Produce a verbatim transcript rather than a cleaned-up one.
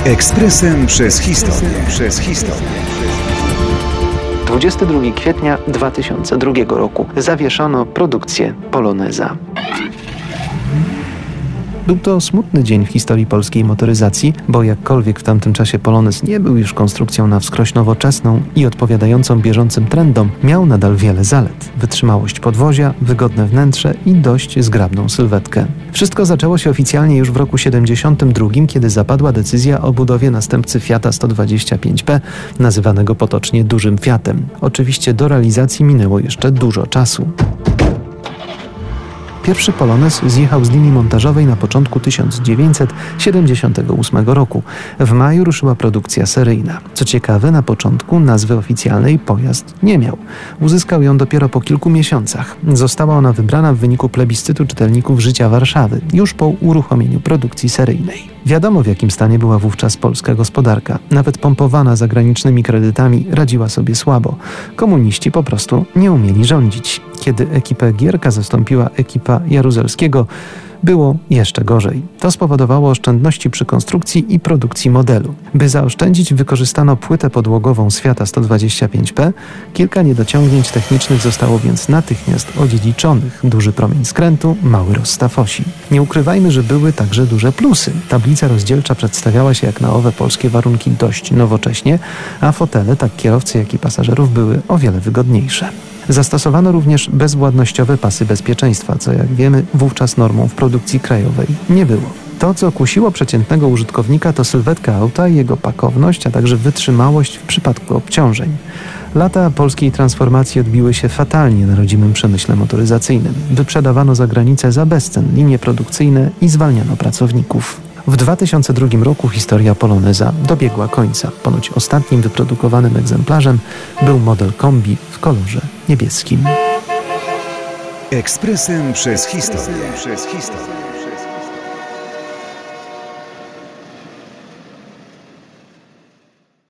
Ekspresem przez historię. Przez historię. dwudziestego drugiego kwietnia dwa tysiące drugiego roku zawieszono produkcję Poloneza. Był to smutny dzień w historii polskiej motoryzacji, bo jakkolwiek w tamtym czasie Polonez nie był już konstrukcją na wskroś nowoczesną i odpowiadającą bieżącym trendom, miał nadal wiele zalet. Wytrzymałość podwozia, wygodne wnętrze i dość zgrabną sylwetkę. Wszystko zaczęło się oficjalnie już w roku siedemdziesiątym drugim, kiedy zapadła decyzja o budowie następcy Fiata sto dwadzieścia pięć P, nazywanego potocznie dużym Fiatem. Oczywiście do realizacji minęło jeszcze dużo czasu. Pierwszy Polonez zjechał z linii montażowej na początku tysiąc dziewięćset siedemdziesiątego ósmego roku. W maju ruszyła produkcja seryjna. Co ciekawe, na początku nazwy oficjalnej pojazd nie miał. Uzyskał ją dopiero po kilku miesiącach. Została ona wybrana w wyniku plebiscytu czytelników Życia Warszawy, już po uruchomieniu produkcji seryjnej. Wiadomo, w jakim stanie była wówczas polska gospodarka. Nawet pompowana zagranicznymi kredytami radziła sobie słabo. Komuniści po prostu nie umieli rządzić. Kiedy ekipę Gierka zastąpiła ekipa Jaruzelskiego, było jeszcze gorzej. To spowodowało oszczędności przy konstrukcji i produkcji modelu. By zaoszczędzić, wykorzystano płytę podłogową z Fiata sto dwadzieścia pięć P. Kilka niedociągnięć technicznych zostało więc natychmiast odziedziczonych. Duży promień skrętu, mały rozstaw osi. Nie ukrywajmy, że były także duże plusy. Tablica rozdzielcza przedstawiała się jak na owe polskie warunki dość nowocześnie, a fotele, tak kierowcy jak i pasażerów, były o wiele wygodniejsze. Zastosowano również bezwładnościowe pasy bezpieczeństwa, co jak wiemy wówczas normą w produkcji krajowej nie było. To, co kusiło przeciętnego użytkownika, to sylwetka auta, jego pakowność, a także wytrzymałość w przypadku obciążeń. Lata polskiej transformacji odbiły się fatalnie na rodzimym przemyśle motoryzacyjnym. Wyprzedawano za granicę za bezcen linie produkcyjne i zwalniano pracowników. W dwa tysiące drugim roku historia Poloneza dobiegła końca. Ponoć ostatnim wyprodukowanym egzemplarzem był model kombi w kolorze niebieskim. Ekspresem przez historię. Przez historię.